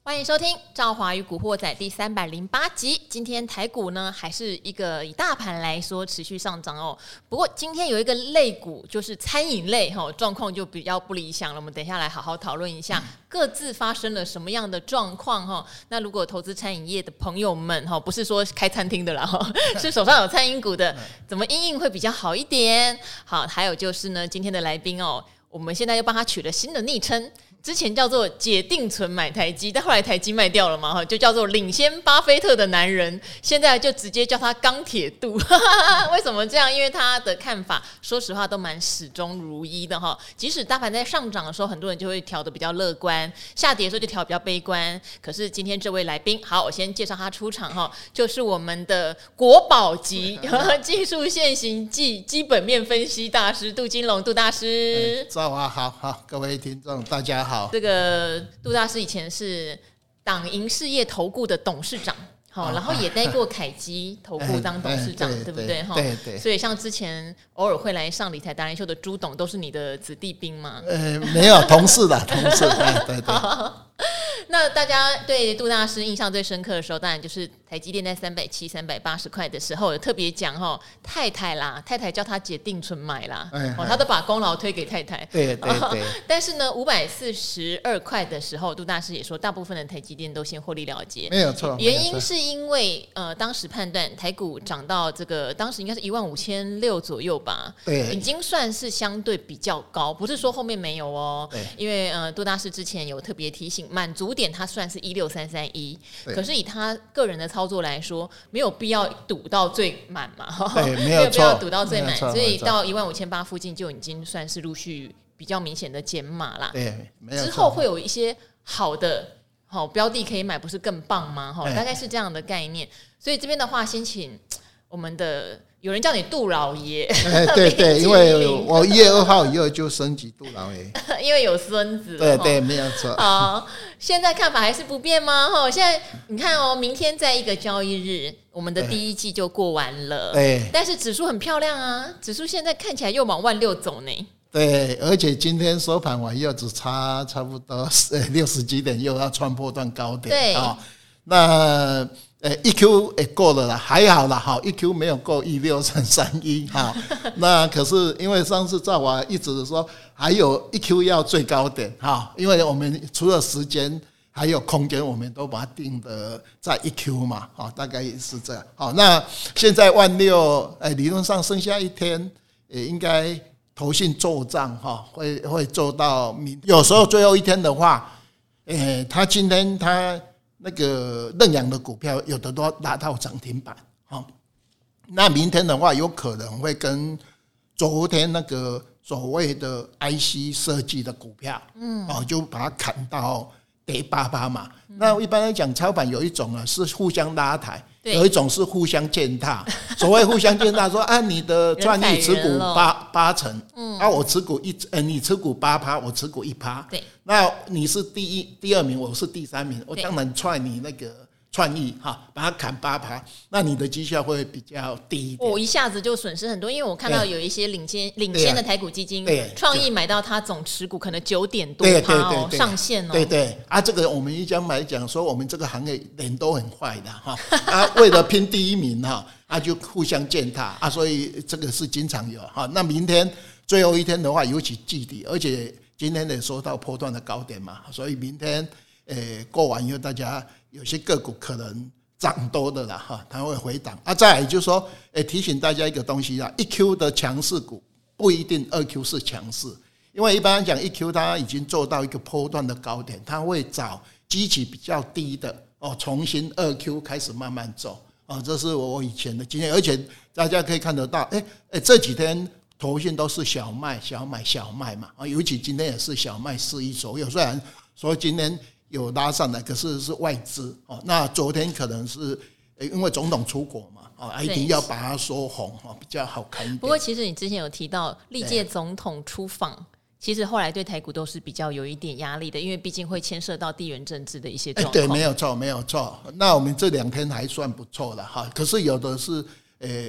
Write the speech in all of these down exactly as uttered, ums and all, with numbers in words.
欢迎收听《赵华与古惑仔》第三百零八集。今天台股呢，还是一个以大盘来说持续上涨哦。不过今天有一个类股，就是餐饮类哈、哦，状况就比较不理想了。我们等一下来好好讨论一下，各自发生了什么样的状况哈。那如果投资餐饮业的朋友们哈，不是说开餐厅的啦哈，是手上有餐饮股的，怎么因应会比较好一点？好，还有就是呢，今天的来宾哦，我们现在又帮他取了新的昵称。之前叫做解定存买台积，但后来台积卖掉了嘛，就叫做领先巴菲特的男人，现在就直接叫他钢铁度。为什么这样？因为他的看法说实话都蛮始终如一的哈。即使大盘在上涨的时候，很多人就会调得比较乐观，下跌的时候就调得比较悲观。可是今天这位来宾，好，我先介绍他出场哈，就是我们的国宝级技术线型暨基本面分析大师杜金龙杜大师。 赵华好，好，各位听众大家好。 这个杜大师以前是党营事业投顾的董事长，好，然后也待过凯基投顾当董事长，对不对？ 对对。 所以像之前偶尔会来上理财达人秀的朱董，都是你的子弟兵吗？ 呃，没有，同事的同事，对对对。 那大家对杜大师印象最深刻的时候，当然就是台积电在三百七、三百八十块的时候，有特别讲哈，太太啦，太太叫他解定存买啦，哎哦，他都把功劳推给太太。 对对对。 但是呢，五百四十二块的时候，杜大师也说，大部分的台积电都先获利了结， 没有错。 原因是因为呃，当时判断台股涨到这个，当时应该是一万五千六左右吧， 对， 已经算是相对比较高，不是说后面没有哦。对，因为呃，杜大师之前有特别提醒，满足点它算是一六三三一，可是以他个人的操作来说，没有必要赌到最满嘛， 对，没有必要赌到最满，所以到一万五千八附近就已经算是陆续比较明显的减码啦。 对，没有错。 之后会有一些好的好标的可以买，不是更棒吗？大概是这样的概念。所以这边的话，先请我们的。有人叫你杜老爷， 哎，对对，因为我一月二号以后就升级杜老爷， 因为有孙子了。 对对，没有错。 好，现在看法还是不变吗？哈，现在你看哦，明天在一个交易日，我们的第一季就过完了。对，但是指数很漂亮啊，指数现在看起来又往万六走呢。 对，而且今天收盘完又只差差不多六十几点，又要穿破段高点。对啊、哦，那。呃，一 Q 也够了啦，还好啦，好，一 Q 没有够一六三三一，哈，那可是因为上次赵华一直说还有一 Q 要最高点，哈，因为我们除了时间还有空间，我们都把它定的在一 Q 嘛，哈，大概也是这样，好，那现在万六，呃，理论上剩下一天，也应该投信做账，哈，会会做到明，有时候最后一天的话，呃，他今天他。那个认养的股票有的都拉到涨停板，哦，那明天的话有可能会跟昨天那个所谓的 I C 设计的股票，嗯，哦，就把它砍到跌八八嘛。嗯、那一般来讲，操盘有一种啊是互相拉抬，有一种是互相践踏。所谓互相践踏，说啊，你的创意持股八八成，嗯，啊，我持股一，呃，你持股八趴，我持股一趴，对。那你是第一、第二名，我是第三名，我当然踹你那个创意哈，把它砍八趴，那你的绩效会比较低一点。我一下子就损失很多，因为我看到有一些领先领先的台股基金，创意买到它总持股可能九点多趴哦，上限哦。 对对啊，这个我们一讲来讲说，我们这个行业人都很坏的哈，啊，为了拼第一名哈，啊就互相践踏啊，所以这个是经常有哈。那明天最后一天的话，尤其季底，而且。今天也收到波段的高点嘛，所以明天呃过完以后，大家有些个股可能涨多的啦哈，它会回档啊。再来就是说，呃提醒大家一个东西啊，一 Q 的强势股不一定二 Q 是强势，因为一般来讲一 Q 它已经做到一个波段的高点，它会找基期比较低的哦，重新二 Q 开始慢慢走哦，这是我以前的经验，而且大家可以看得到，哎哎这几天。投信都是小卖、小买、小卖嘛，尤其今天也是小卖四亿左右。虽然说今天有拉上来，可是是外资哦。那昨天可能是因为总统出国嘛，哦，一定要把它说红哦，比较好看一点。 不过其实你之前有提到历届总统出访，其实后来对台股都是比较有一点压力的，因为毕竟会牵涉到地缘政治的一些状况。 对，没有错，没有错。那我们这两天还算不错了哈，可是有的是呃。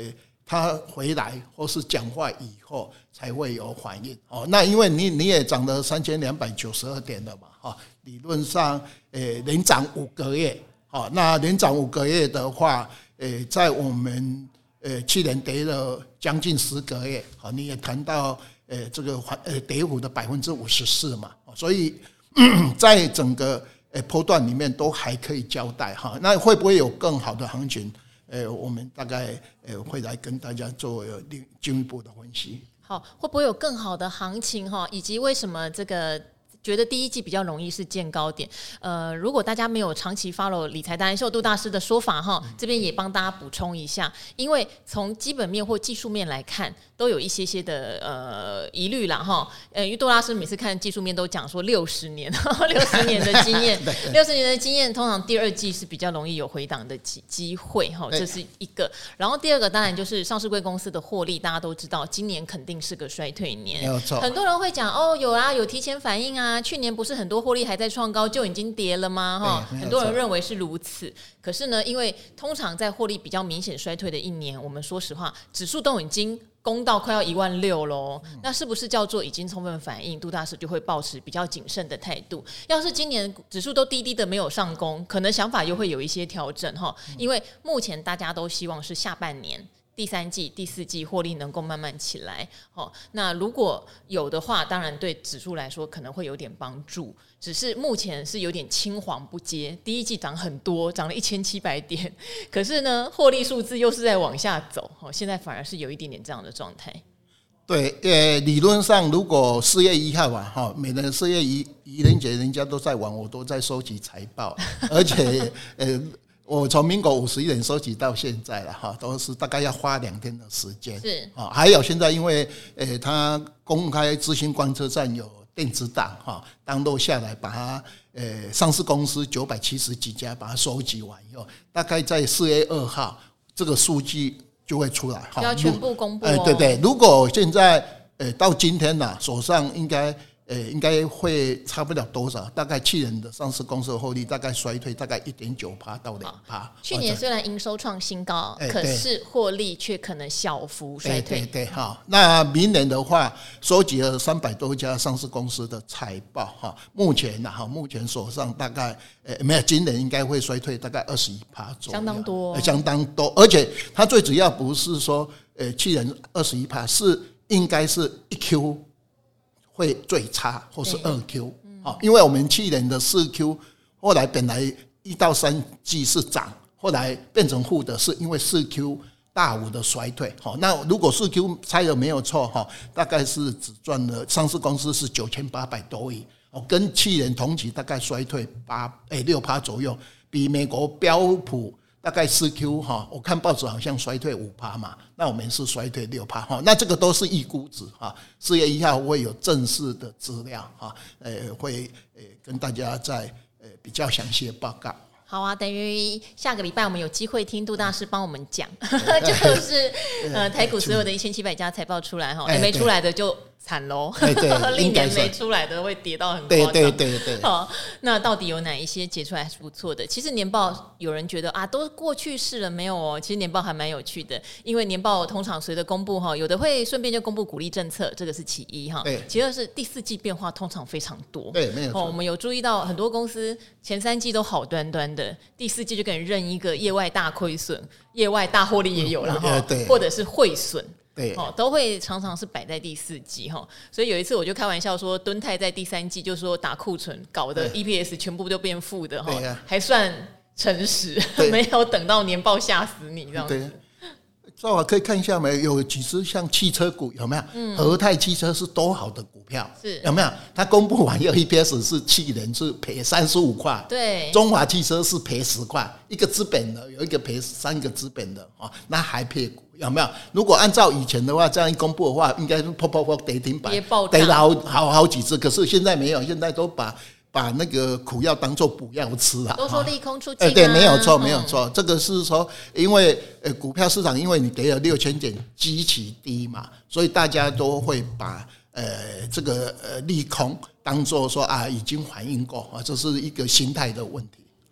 它回来或是讲话以后才会有反应哦。那因为你你也涨了三千两百九十二点了嘛，哈，理论上诶连涨五个月，好，那连涨五个月的话，诶在我们诶去年跌了将近十个月，好，你也谈到诶这个诶跌幅的百分之五十四嘛，所以在整个诶波段里面都还可以交代哈。那会不会有更好的行情？呃，我们大概呃会来跟大家做进一步的分析。 好，会不会有更好的行情哈？以及为什么这个觉得第一季比较容易是见高点？呃，如果大家没有长期 follow 理财达人秀杜大师的说法哈，这边也帮大家补充一下，因为从基本面或技术面来看，都有一些些的呃疑虑啦哈。呃，因为杜大师每次看技术面都讲说六十年，六十年的经验，六十年的经验，通常第二季是比较容易有回档的机机会哈，这是一个。然后第二个当然就是上市柜公司的获利，大家都知道，今年肯定是个衰退年， 没有错。 很多人会讲哦，有啊，有提前反应啊。去年不是很多获利还在创高就已经跌了吗？哈，很多人认为是如此。可是呢，因为通常在获利比较明显衰退的一年，我们说实话，指数都已经攻到快要一万六喽，那是不是叫做已经充分反应？杜大师就会抱持比较谨慎的态度。要是今年指数都低低的没有上攻，可能想法又会有一些调整哈。因为目前大家都希望是下半年。第三季、第四季获利能够慢慢起来，哦，那如果有的话，当然对指数来说可能会有点帮助。只是目前是有点青黄不接，第一季涨很多，涨了一千七百点，可是呢，获利数字又是在往下走，哦，现在反而是有一点点这样的状态。 对，呃，理论上如果四月一号啊，哈，每年四月一愚人节人家都在玩，我都在收集财报，而且呃。我从民国五十一年收集到现在了哈，都是大概要花两天的时间。 是啊， 还有现在因为呃，它公开资讯观测站有电子档哈，download下来，把它呃上市公司九百七十几家把它收集完以后，大概在四月二号这个数据就会出来哈， 要全部公布哦。 哎，对对，如果现在呃到今天呢，手上应该。呃，应该会差不了多少，大概去年的上市公司的获利大概衰退大概 一点九 到 两趴。 去年虽然营收创新高，欸、可是获利却可能小幅衰退。 欸、对对哈，那明年的话，收集了三百多家上市公司的财报哈，目前呢哈，目前手上大概呃没有，今年应该会衰退大概 百分之二十一 左右， 相当多、哦， 相当多，而且它最主要不是说呃去年 百分之二十一， 是应该是一 Q。会最差，或是二 Q，嗯、因为我们去年的四 Q， 后来本来一到三季是涨，后来变成负的，是因为四 Q 大幅的衰退。那如果四 Q 猜的没有错，大概是只赚了上市公司是九千八百多亿，跟去年同期大概衰退八诶六趴左右，比美国标普。大概四 Q 哈，我看报纸好像衰退 百分之五 嘛，那我们是衰退 百分之六 哈，那这个都是预估值哈。四月一号会有正式的资料哈，呃，会呃跟大家再呃比较详细的报告。 好啊，等于下个礼拜我们有机会听杜大师帮我们讲，就是呃台股所有的一千七百家财报出来哈，没出来的就惨喽，历年没出来的会跌到很夸张。 对对对对。 好，那到底有哪一些解出来是不错的？其实年报有人觉得啊，都过去式了，没有哦。其实年报还蛮有趣的，因为年报通常随着公布哈，有的会顺便就公布鼓励政策，这个是其一哈。其二是第四季变化通常非常多。 对，没有错。 我们有注意到很多公司前三季都好端端的，第四季就给人认一个业外大亏损，业外大获利也有了哈，或者是汇损。 对、 哦，都会常常是摆在第四季哈，所以有一次我就开玩笑说，敦泰在第三季就说打库存，搞得 E P S 全部都变负的哈，啊、还算诚实，没有等到年报吓死你这样子。 赵华可以看一下没有？有几只像汽车股有没有？嗯、和泰汽车是多好的股票， 是有没有？它公布完以后 E P S 是去年是赔三十五块， 对， 中华汽车是赔十块，一个资本的有一个赔三个资本的啊，那还配股有没有？如果按照以前的话，这样一公布的话，应该是砰砰砰跌停板，跌了好好好几只，可是现在没有，现在都把。把那个苦药当作补药吃了， 都说利空出尽、啊欸。对，没有错，没有错。嗯、这个是说，因为呃股票市场，因为你跌了六千点，极其低嘛，所以大家都会把呃这个呃利空当作说啊已经反映过啊，这是一个心态的问题。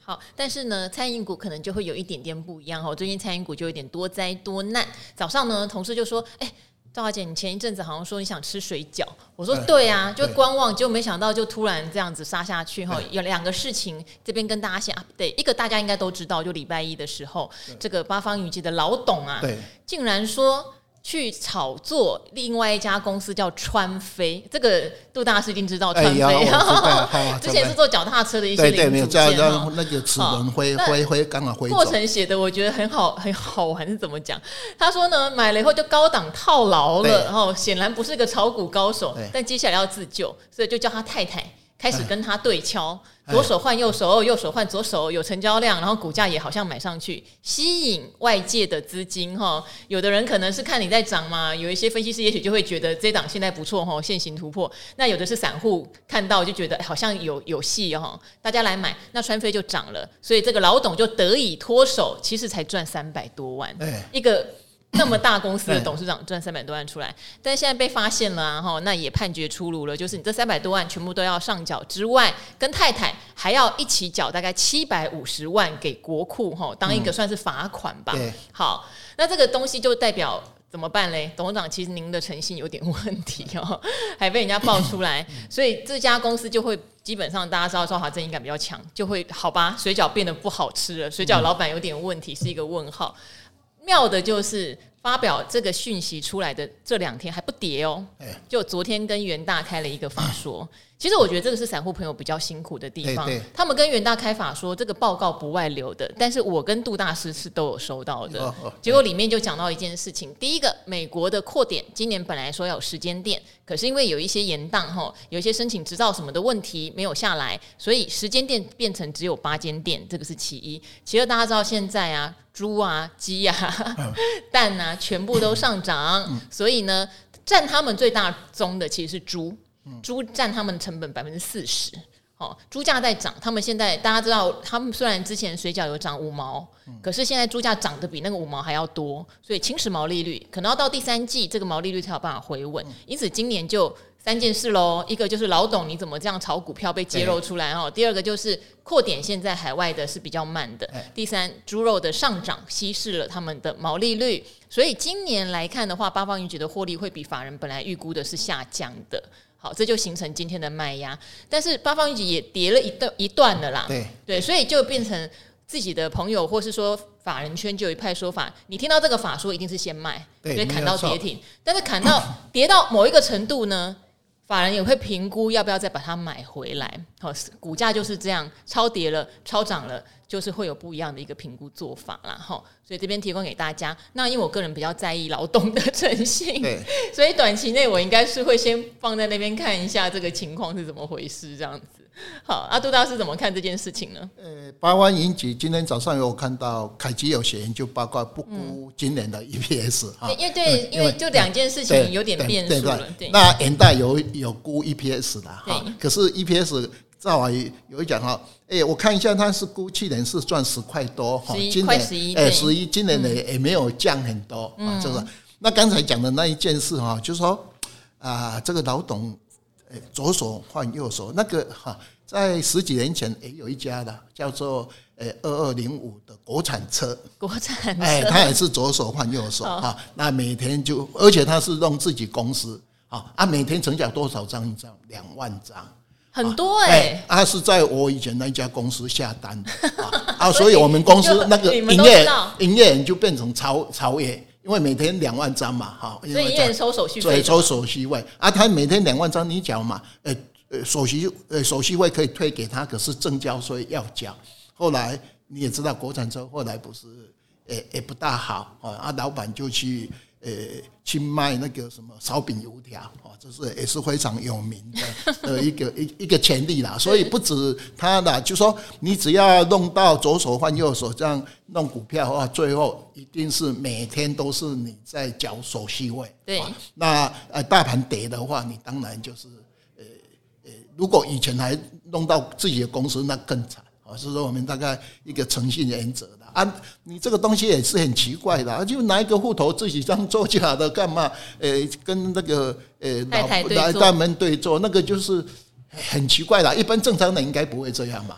好，但是呢，餐饮股可能就会有一点点不一样哦。最近餐饮股就有点多灾多难。早上呢，同事就说：“哎、欸，赵华姐，你前一阵子好像说你想吃水饺。”我说：“对啊，就观望，结果没想到就突然这样子杀下去哈。”有两个事情，这边跟大家先 update。一个大家应该都知道，就礼拜一的时候，这个八方云集的老董啊，竟然说去炒作另外一家公司叫川飞，这个杜大师一定知道川飞，哎、之前是做脚踏车的一些零组件，对对， 对对，那个齿轮挥挥挥刚好挥走。 过程写的我觉得很好，很好玩是怎么讲？他说呢，买了以后就高档套牢了，然后显然不是个炒股高手，但接下来要自救，所以就叫他太太开始跟他对敲，左手换右手，右手换左手，有成交量，然后股价也好像买上去，吸引外界的资金哈。有的人可能是看你在涨嘛，有一些分析师也许就会觉得这档现在不错哈，现行突破。那有的是散户看到就觉得好像有有戏哈，大家来买，那川飞就涨了，所以这个老董就得以脱手，其实才赚三百多万，一个那么大公司的董事长赚三百多万出来，但现在被发现了啊，那也判决出炉了，就是你这三百多万全部都要上缴之外，跟太太还要一起缴大概七百五十万给国库哈，当一个算是罚款吧。嗯、好，那这个东西就代表怎么办嘞？董事长，其实您的诚信有点问题哦，还被人家爆出来，所以这家公司就会基本上大家知道说，好，正义感比较强，就会好吧，水饺变得不好吃了，水饺老板有点问题，是一个问号。妙的就是发表这个讯息出来的这两天还不跌哦，就昨天跟元大开了一个法说。其实我觉得这个是散户朋友比较辛苦的地方，他们跟元大开法说这个报告不外流的，但是我跟杜大师是都有收到的。结果里面就讲到一件事情，第一个，美国的扩点今年本来说要有十间店，可是因为有一些延宕，有一些申请执照什么的问题没有下来，所以十间店变成只有八间店，这个是其一。其二，大家知道现在啊，猪啊、鸡啊、蛋啊，全部都上涨，所以呢，占他们最大宗的其实是猪。猪占他们成本百分之四十，哦，猪价在涨。他们现在大家知道，他们虽然之前水饺有涨五毛，嗯、可是现在猪价涨得比那个五毛还要多，所以侵蚀毛利率，可能要到第三季这个毛利率才有办法回稳。嗯、因此今年就三件事喽，一个就是老董你怎么这样炒股票被揭露出来哦，第二个就是扩点现在海外的是比较慢的，第三猪肉的上涨稀释了他们的毛利率，所以今年来看的话，八方云集的获利会比法人本来预估的是下降的。好，这就形成今天的卖压，但是八方云集也跌了一段一段了啦，对对，所以就变成自己的朋友或是说法人圈就有一派说法，你听到这个法说一定是先卖，所以砍到跌停，但是砍到跌到某一个程度呢，法人也会评估要不要再把它买回来。好，股价就是这样，超跌了、超涨了，就是会有不一样的一个评估做法啦。哈，所以这边提供给大家。那因为我个人比较在意劳动的诚信，所以短期内我应该是会先放在那边看一下这个情况是怎么回事，这样子。好，阿杜大师怎么看这件事情呢？ 呃，八方云集今天早上有看到凯基有写研究报告，不估今年的 E P S 哈、 嗯，因为对，因为就两件事情有点变数了。 对，那元大有有估 E P S 的哈，可是 E P S 赵华有一讲哈，哎、欸，我看一下，他是估去年是赚十块多哈， 今年十一， 哎，十一，今年呢也没有降很多，嗯，就是。那刚才讲的那一件事哈，就是说啊，这个老董。左手换右手，那个哈，在十几年前也有一家的叫做呃二二零五的国产车， 国产车， 哎，他也是左手换右手哈，那每天就，而且他是用自己公司啊，啊，每天成交多少张？你知道，两万张， 很多哎、欸， 他、欸啊、是在我以前那家公司下单的啊，啊，所以我们公司那个营业营业额就变成超超越。因为每天两万张嘛，哈， 所以一人收手续费， 对，收手续费啊，他每天两万张，你缴嘛，呃呃，手续呃手续费可以退给他，可是证交税要缴。后来你也知道，国产车后来不是，也也不大好啊，老板就去呃去卖那个什么烧饼油条，哦，这是也是非常有名的呃一个一一个潜力啦。所以不止他啦，就说你只要弄到左手换右手这样弄股票的话，最后一定是每天都是你在缴手续费。 对， 那呃大盘跌的话，你当然就是呃呃，如果以前还弄到自己的公司，那更惨。所以说我们大概一个诚信原则的啊，你这个东西也是很奇怪的啊，就拿一个户头自己这样做就好的，干嘛？呃，跟那个呃老老大们对做，那个就是很奇怪的，一般正常人应该不会这样嘛。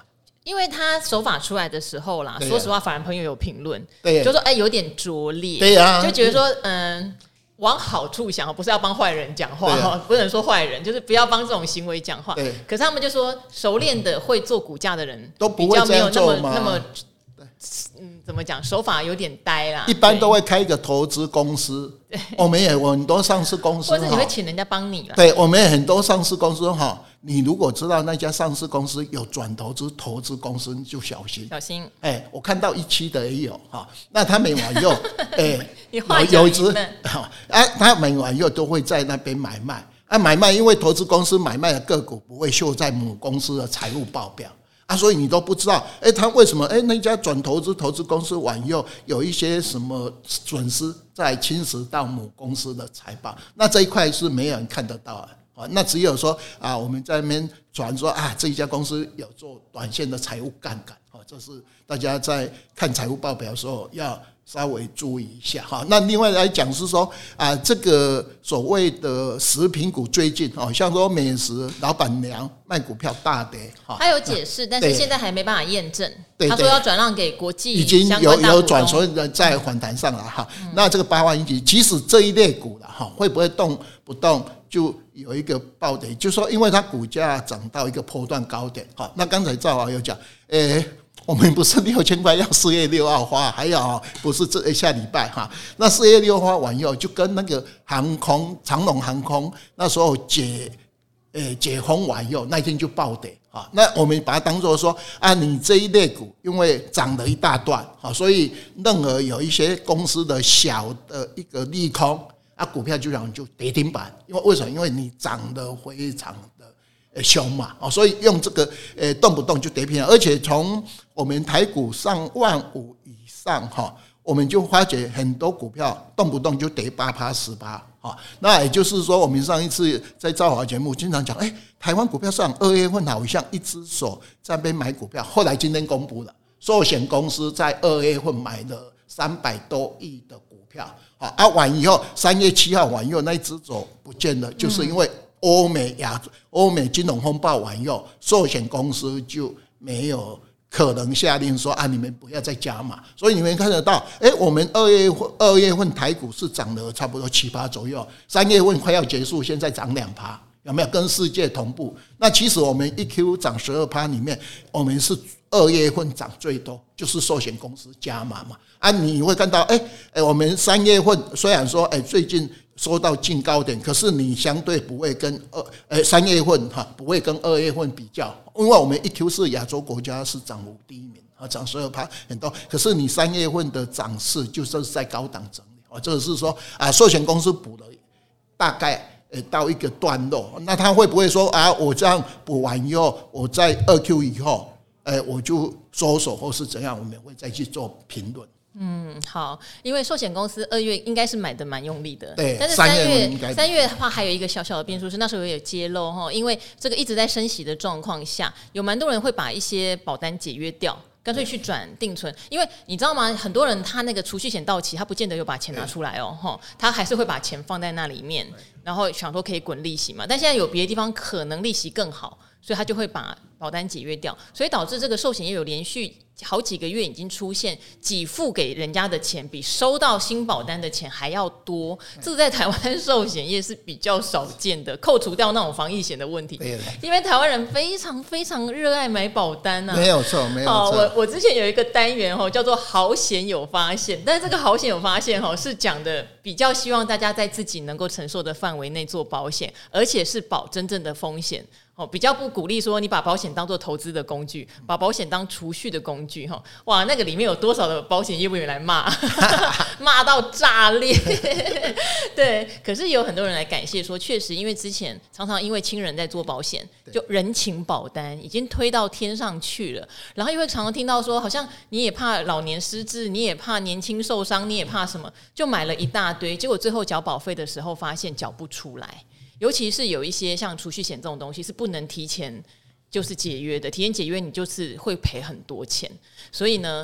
因为他手法出来的时候啦，啊、说实话，法人朋友有评论，就说哎、欸、有点拙劣， 对呀、啊， 就觉得说嗯。往好处想，不是要帮坏人讲话、啊、不能说坏人，就是不要帮这种行为讲话。可是他们就说，熟练的会做股价的人都不会这样做嘛， 比较没有那么那么，嗯，怎么讲，手法有点呆啦。 一般都会开一个投资公司，我们也有很多上市公司， 或者你会请人家帮你啦。 对，我们也很多上市公司哈。你如果知道那家上市公司有转投资投资公司，就小心小心。 哎、欸，我看到一期的也有哈，那他买完以后，哎、欸， 有有一只啊，他买完以后都会在那边买卖啊，买卖，因为投资公司买卖的个股不会秀在母公司的财务报表啊，所以你都不知道，哎、欸，他为什么哎、欸、那家转投资投资公司完以后有一些什么损失在侵蚀到母公司的财报，那这一块是没有人看得到的。那只有说啊，我们在那边传说啊，这一家公司有做短线的财务杠杆，这是大家在看财务报表的时候要稍微注意一下哈。那另外来讲是说啊，这个所谓的食品股最近哦，像说美食老板娘卖股票大跌， 他有解释，但是现在还没办法验证。他说要转让给国际已经有有转，所以在反弹上了哈。嗯、那这个八万一级，即使这一类股了哈，会不会动不动？就有一个暴跌，就说因为它股价涨到一个波段高点，好，那刚才赵华有讲，诶、欸，我们不是六千块要四月六号发，还有不是这下礼拜哈，那四月六号完以后，就跟那个航空长荣航空那时候解诶、欸、解封完以后，那天就暴跌啊，那我们把它当作说啊，你这一类股因为涨了一大段啊，所以任何有一些公司的小的一个利空。啊，股票就讲就跌停板，因为为什么？因为你涨得非常的凶嘛，所以用这个呃动不动就跌停，而且从我们台股上万五以上哈，我们就发觉很多股票动不动就跌八趴十趴哈。那也就是说，我们上一次在兆华节目经常讲，哎、欸，台湾股票市场二月份好像一只手在那边买股票，后来今天公布了，寿险公司在二月份买了三百多亿的股票。啊，完以后三月七号完以后那一只手不见了，就是因为欧美亚欧美金融风暴完以后，寿险公司就没有可能下令说啊，你们不要再加码。所以你们看得到，哎、欸，我们二月份二月份台股是涨了差不多七趴左右，三月份快要结束，现在涨两趴，有没有跟世界同步？那其实我们一 Q 涨十二趴里面，我们是二月份涨最多，就是寿险公司加码嘛。啊，你会看到，哎、欸、哎、欸，我们三月份虽然说，哎、欸，最近收到近高点，可是你相对不会跟二，哎，三月份哈不会跟二月份比较，因为我们一 Q 是亚洲国家是涨幅第一名啊，涨十二趴很多，可是你三月份的涨势就是在高档整理，啊，就是说啊，寿险公司补了大概呃到一个段落，那他会不会说啊，我这样补完以后，我在二 Q 以后，哎，我就收手或是怎样，我们会再去做评论。 嗯，好，因为寿险公司二月应该是买的蛮用力的， 对， 但是三月三月的话还有一个小小的变数是那时候有揭露哈，因为这个一直在升息的状况下，有蛮多人会把一些保单解约掉，干脆去转定存，因为你知道吗？很多人他那个储蓄险到期，他不见得有把钱拿出来哦，哈，他还是会把钱放在那里面，然后想说可以滚利息嘛，但现在有别的地方可能利息更好，所以他就会把保单解约掉，所以导致这个寿险业有连续好几个月已经出现给付给人家的钱比收到新保单的钱还要多，这个在台湾寿险业是比较少见的，扣除掉那种防疫险的问题，因为台湾人非常非常热爱买保单啊， 没有错，没有错。 我我之前有一个单元叫做好险有发现，但是这个好险有发现是讲的比较希望大家在自己能够承受的范围内做保险，而且是保真正的风险。比较不鼓励说你把保险当作投资的工具，把保险当储蓄的工具。哇，那个里面有多少的保险业务员来骂骂到炸裂对，可是有很多人来感谢说，确实因为之前常常因为亲人在做保险，就人情保单已经推到天上去了，然后因为常常听到说好像你也怕老年失智，你也怕年轻受伤，你也怕什么，就买了一大堆，结果最后缴保费的时候发现缴不出来，尤其是有一些像储蓄险这种东西是不能提前就是解约的，提前解约你就是会赔很多钱，所以呢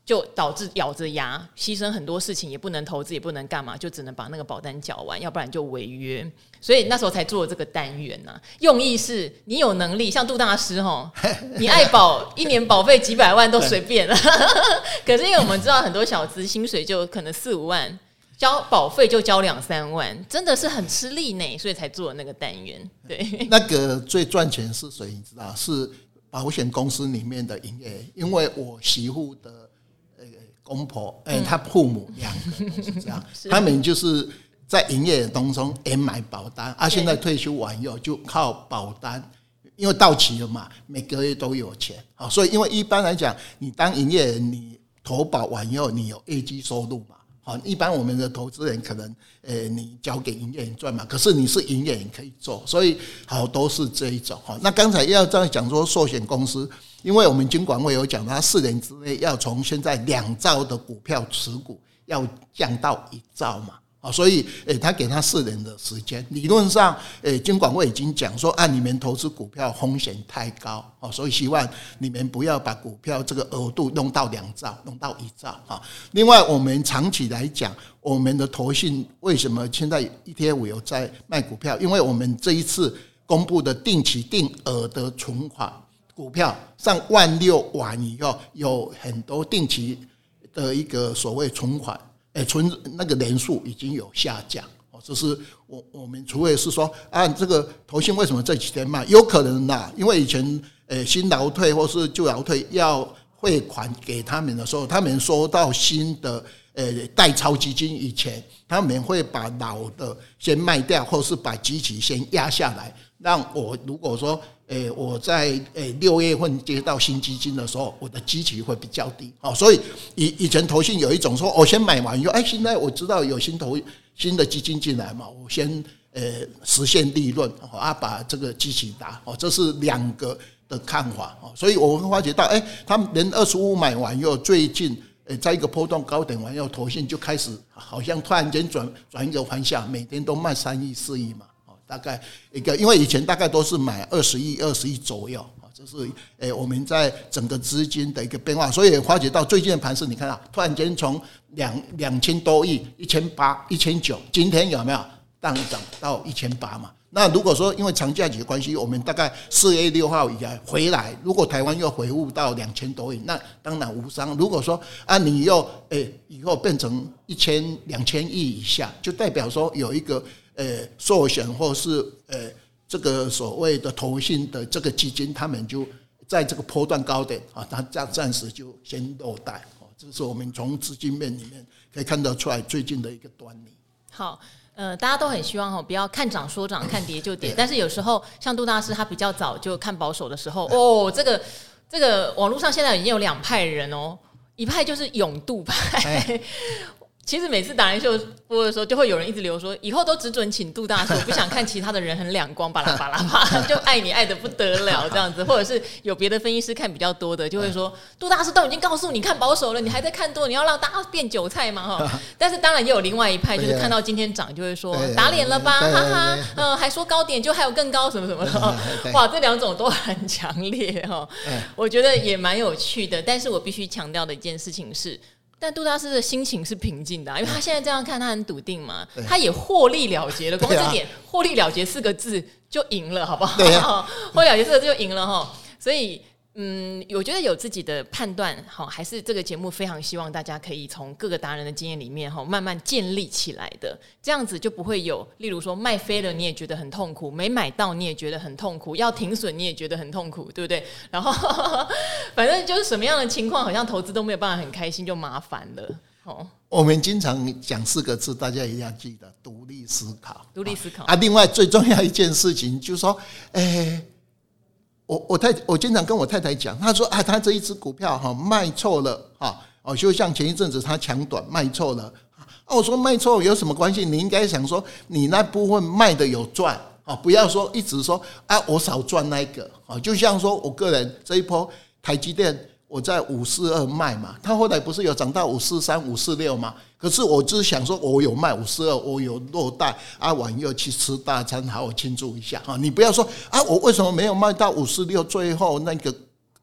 就导致咬着牙牺牲很多事情，也不能投资，也不能干嘛，就只能把那个保单缴完，要不然就违约。所以那时候才做了这个单元啊，用意是你有能力，像杜大师齁，你爱保一年保费几百万都随便了。可是因为我们知道很多小资薪水就可能四五万，交保费就交两三万，真的是很吃力呢，所以才做了那个单元。对， 那个最赚钱是谁？你知道是保险公司里面的营业，因为我媳妇的。公婆，哎、欸，他父母两个都是这样，他们就是在营业当中也买保单啊。现在退休完以后就靠保单，因为到期了嘛，每个月都有钱啊。所以，因为一般来讲，你当营业人，你投保完以后，你有业绩收入嘛。好，一般我们的投资人可能，呃、欸，你交给营业人赚嘛，可是你是营业人可以做，所以好都是这一种。那刚才要这样讲说，寿险公司。因为我们金管会有讲，它四年之内要从现在两兆的股票持股要降到一兆嘛，所以诶，他给他四年的时间。理论上，诶，金管会已经讲说，啊，你们投资股票风险太高，所以希望你们不要把股票这个额度弄到两兆，弄到一兆啊。另外，我们长期来讲，我们的投信为什么现在 E T F 有在卖股票？因为我们这一次公布的定期定额的存款。股票上万六完以后，有很多定期的一个所谓存款，哎，存那个人数已经有下降。哦，这是我我们除非是说啊，这个投信为什么这几天卖？有可能啦，因为以前呃新劳退或是旧劳退要汇款给他们的时候，他们收到新的呃代抄基金以前，他们会把老的先卖掉，或是把基期先压下来。让我如果说，诶，我在诶六月份接到新基金的时候，我的基期会比较低，好，所以以以前投信有一种说，我先买完以后，哎，现在我知道有新投新的基金进来嘛，我先呃实现利润啊，把这个基期打，哦，这是两个的看法，所以我会发觉到，哎，他们连二十五买完以后，最近诶在一个波动高点完以后，投信就开始好像突然间转转一个方向，每天都卖三亿四亿嘛。大概一个，因为以前大概都是买二十亿、二十亿左右，这是诶我们在整个资金的一个变化，所以也发觉到最近的盘势，你看到突然间从两两千多亿、一千八、一千九，今天有没有大涨到一千八嘛？那如果说因为长假期的关系，我们大概四月六号以来回来，如果台湾又回复到两千多亿，那当然无伤。如果说啊，你又诶以后变成一千、两千亿以下，就代表说有一个。呃，寿险或是呃这个所谓的投信的这个基金，他们就在这个波段高点啊，它这样暂时就先落袋，这是我们从资金面里面可以看得出来最近的一个端倪。 好，呃，大家都很希望哈，不要看涨说涨，看跌就跌。但是有时候像杜大师，他比较早就看保守的时候，哦，这个这个网络上现在已经有两派人哦，一派就是永杜派。其实每次达人秀播的时候，就会有人一直留说，以后都只准请杜大师，我不想看其他的人很两光，巴拉巴拉巴，就爱你爱得不得了这样子。或者是有别的分析师看比较多的，就会说杜大师都已经告诉你看保守了，你还在看多，你要让大家变韭菜嘛哈。但是当然也有另外一派，就是看到今天涨就会说打脸了吧，哈哈，嗯，还说高点就还有更高什么什么的，哇，这两种都很强烈哈。我觉得也蛮有趣的，但是我必须强调的一件事情是。但杜大师的心情是平静的、啊，因为他现在这样看，他很笃定嘛，他也获利了结了。光这点“获利了结”四个字就赢了，好不好？对啊，获利了结四个字就赢了哈。所以，嗯，我觉得有自己的判断，好，还是这个节目非常希望大家可以从各个达人的经验里面哈，慢慢建立起来的，这样子就不会有，例如说卖飞了你也觉得很痛苦，没买到你也觉得很痛苦，要停损你也觉得很痛苦，对不对？然后反正就是什么样的情况，好像投资都没有办法很开心，就麻烦了。哦， 我们经常讲四个字，大家一定要记得：独立思考。 独立思考啊！另外最重要一件事情就是说，哎、欸。我我太我经常跟我太太讲，她说啊，她这一只股票哈卖错了哈，哦，就像前一阵子她抢短卖错了，啊，我说卖错有什么关系？你应该想说你那部分卖的有赚啊，不要说一直说啊我少赚那一个啊，就像说我个人这一波台积电我在五四二卖嘛，它后来不是有涨到五四三、五四六嘛？可是我只想说，我有卖五四二，我有落袋啊，晚又去吃大餐，好好庆祝一下啊！你不要说啊，我为什么没有卖到五四六？最后那个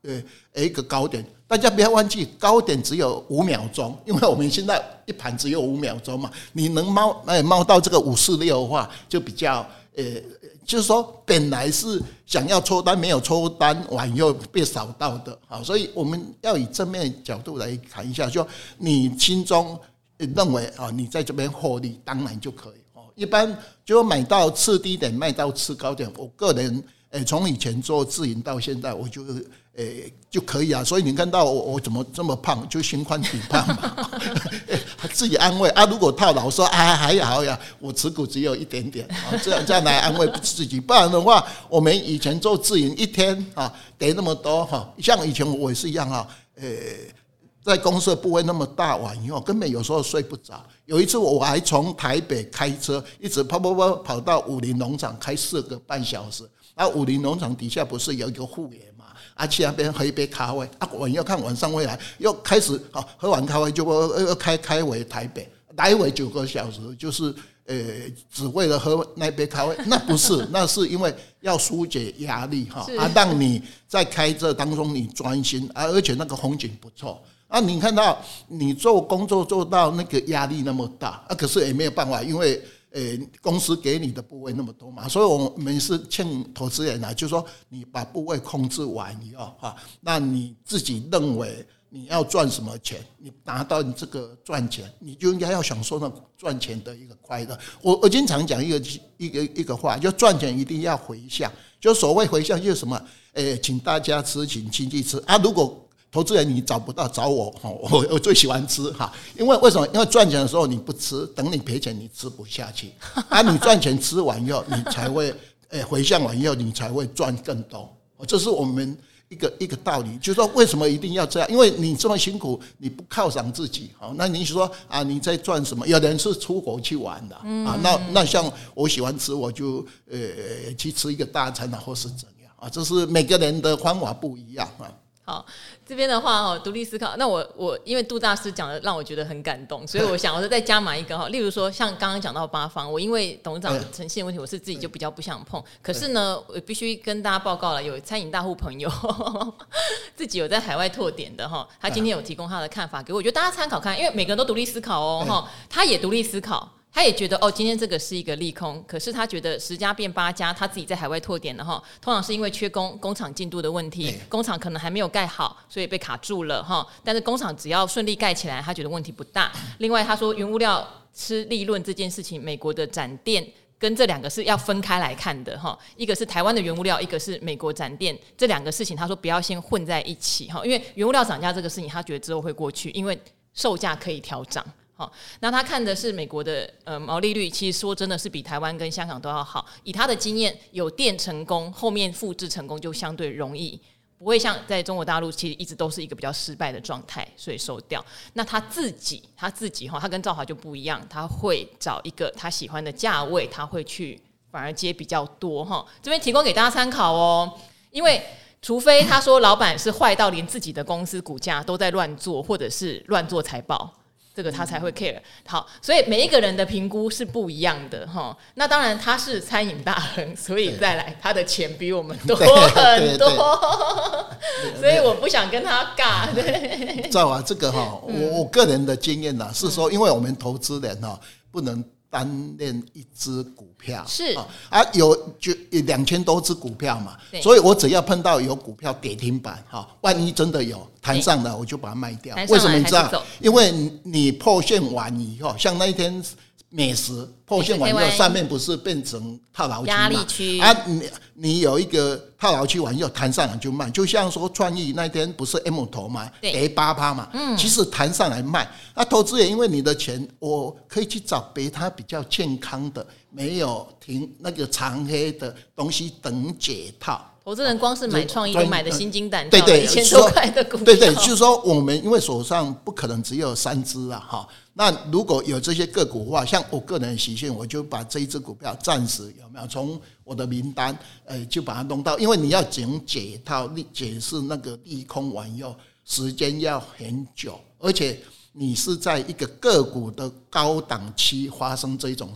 呃一个高点，大家不要忘记高点只有五秒钟，因为我们现在一盘只有五秒钟嘛，你能猫哎猫到这个五四六的话，就比较呃。就是说，本来是想要抽单，没有抽单完又被扫到的，好，所以我们要以正面角度来看一下，就你心中认为啊，你在这边获利，当然就可以哦。一般就买到次低点，卖到次高点，我个人诶，从以前做自营到现在，我就诶就可以啊。所以你看到我我怎么这么胖，就心宽体胖嘛，自己安慰啊。如果套牢说啊还好呀，我持股只有一点点啊，这样这样来安慰自己。不然的话，我们以前做自营一天啊跌那么多哈，像以前我也是一样啊，诶。在公司的部位那么大，完以后根本有时候睡不着。有一次我还从台北开车，一直跑跑跑跑到武林农场，开四个半小时。啊，武林农场底下不是有一个护野嘛？啊，去那边喝一杯咖啡。啊，我要看晚上回来，又开始好喝完咖啡就又开开回台北，来回九个小时，就是呃只为了喝那杯咖啡。那不是，那是因为要疏解压力哈，啊，让你在开车当中你专心，啊，而且那个风景不错。啊，你看到你做工作做到那个压力那么大啊，可是也没有办法，因为呃公司给你的部位那么多嘛，所以我们是劝投资人啊，就是说你把部位控制完以后哈，那你自己认为你要赚什么钱，你拿到你这个赚钱，你就应该要享受那赚钱的一个快乐。我我经常讲一个一个一个话，就赚钱一定要回向，就所谓回向就是什么，诶，请大家吃，请亲戚吃啊，如果投资人你找不到找我，我我最喜欢吃哈，因为为什么？因为赚钱的时候你不吃，等你赔钱你吃不下去啊。你赚钱吃完以后，你才会诶回向完以后，你才会赚更多。这是我们一个一个道理，就是说为什么一定要这样？因为你这么辛苦，你不犒赏自己，好，那你说啊你在赚什么？有的人是出国去玩的啊，那那像我喜欢吃，我就呃去吃一个大餐啊，或是怎样啊？这是每个人的方法不一样啊。 好，这边的话哈，独立思考。那我我因为杜大师讲的让我觉得很感动，所以我想我再加码一个哈。例如说，像刚刚讲到八方，我因为董事长呈现问题，我是自己就比较不想碰。可是呢，我必须跟大家报告了，有餐饮大户朋友呵呵自己有在海外拓点的哈，他今天有提供他的看法给我，我觉得大家参考看，因为每个人都独立思考哦哈，他也独立思考。他也觉得哦，今天这个是一个利空，可是他觉得十家变八家，他自己在海外拓点的哈，通常是因为缺工，工厂进度的问题，工厂可能还没有盖好，所以被卡住了哈。但是工厂只要顺利盖起来，他觉得问题不大。另外，他说原物料吃利润这件事情，美国的展店跟这两个是要分开来看的哈，一个是台湾的原物料，一个是美国展店，这两个事情他说不要先混在一起哈，因为原物料涨价这个事情，他觉得之后会过去，因为售价可以调涨。好，那他看的是美国的呃毛利率，其实说真的是比台湾跟香港都要好。以他的经验，有店成功，后面复制成功就相对容易，不会像在中国大陆其实一直都是一个比较失败的状态，所以收掉。那他自己他自己哈，他跟兆华就不一样，他会找一个他喜欢的价位，他会去反而接比较多哈。这边提供给大家参考哦，因为除非他说老板是坏到连自己的公司股价都在乱做，或者是乱做财报。这个他才会 care。 好，所以每一个人的评估是不一样的哈。那当然他是餐饮大亨，所以再来他的钱比我们多很多，所以我不想跟他尬。对， 知道啊，这个哈，我我个人的经验呢是说，因为我们投资人哈不能单练一只股票， 是啊，有就两千多只股票嘛，所以我只要碰到有股票跌停板哈，万一真的有弹上了，我就把它卖掉。为什么你知道？因为你破线完以后，像那一天美食破线完以后，上面不是变成套牢区嘛？压力区啊，你你有一个套牢区完以后弹上来就卖，就像说创意那天不是 M 头嘛，跌八趴嘛，嗯，其实弹上来卖。那投资人因为你的钱，我可以去找别他比较健康的，没有停那个长黑的东西等解套。 投资人光是买创意就买的心惊胆跳，对对， 一千多块的股票， 对对，就是说我们因为手上不可能只有三只啊，哈。那如果有这些个股的话，像我个人的习性，我就把这一只股票暂时有没有从我的名单，呃，就把它弄到，因为你要讲解套解释那个利空完以后，时间要很久，而且你是在一个个股的高档期发生这种事。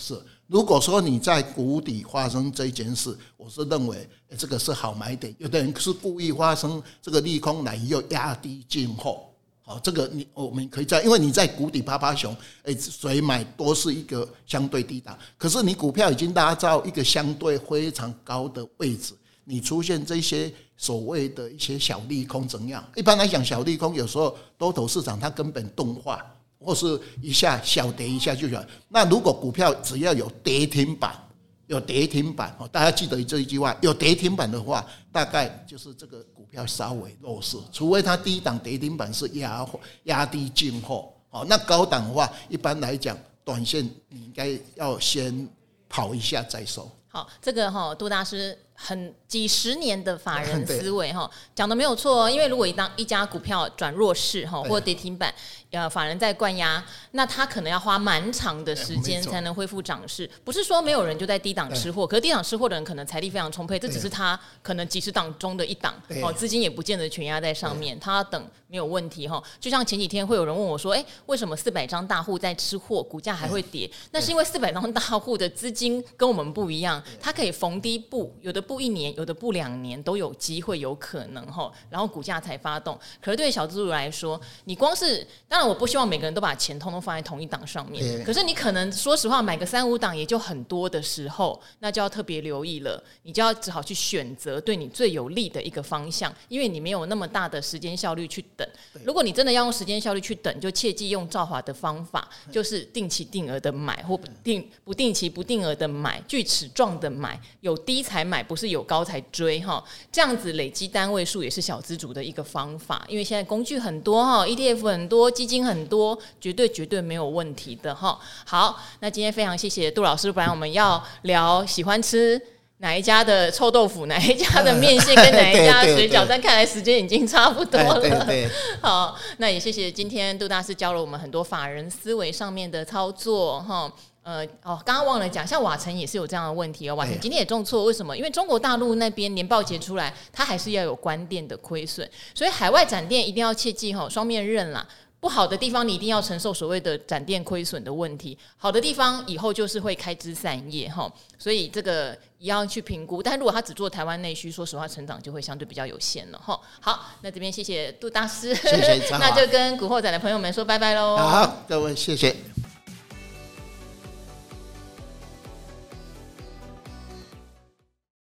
如果说你在谷底发生这件事，我是认为这个是好买点。有的人是故意发生这个利空来又压低进货。好，这个你我们可以在，因为你在谷底趴趴熊，哎，谁买都是一个相对低档。可是你股票已经拉到一个相对非常高的位置，你出现这些所谓的一些小利空怎样？一般来讲，小利空有时候多头市场它根本钝化，或是一下小跌一下就小。那如果股票只要有跌停板，有跌停板，大家记得这一句话，有跌停板的话，大概就是这个股票稍微弱势，除非它低档跌停板是压压低进货，那高档的话，一般来讲，短线你应该要先跑一下再收。 好，这个哈杜大师很几十年的法人思维哈，讲的没有错，因为如果一当一家股票转弱势哈，或跌停板，呃，法人在灌压，那他可能要花蛮长的时间才能恢复涨势。不是说没有人就在低档吃货，可是低档吃货的人可能财力非常充沛，这只是他可能几十档中的一档，哦，资金也不见得全压在上面，他要等没有问题哈。就像前几天会有人问我说，哎，为什么四百张大户在吃货，股价还会跌？那是因为四百张大户的资金跟我们不一样，他可以逢低布，有的布一年，有的布两年都有机会，有可能哈，然后股价才发动。可是对小资主来说，你光是当然我不希望每个人都把钱通通放在同一档上面，可是你可能说实话买个三五档也就很多的时候，那就要特别留意了，你就要只好去选择对你最有利的一个方向，因为你没有那么大的时间效率去等。如果你真的要用时间效率去等，就切记用兆华的方法，就是定期定额的买，或定不定期不定额的买，锯齿状的买，有低才买，不是有高才追哈。这样子累积单位数也是小资主的一个方法，因为现在工具很多哈 ，E T F 很多，基金很多，绝对绝对没有问题的哈。好，那今天非常谢谢杜老师，不然我们要聊喜欢吃哪一家的臭豆腐，哪一家的面线跟哪一家的水饺，但看来时间已经差不多了。对对对，好，那也谢谢今天杜大师教了我们很多法人思维上面的操作哈。呃哦，刚刚忘了讲，像瓦城也是有这样的问题哦。瓦城今天也重挫，为什么？因为中国大陆那边年报结出来，它还是要有关店的亏损，所以海外展店一定要切记哈，双面刃啦。不好的地方你一定要承受所谓的展店亏损的问题，好的地方以后就是会开枝散叶哈，所以这个也要去评估。但如果他只做台湾内需，说实话成长就会相对比较有限了哈。好，那这边谢谢杜大师， 谢谢， 那就跟古惑仔的朋友们说拜拜喽。 好，各位谢谢。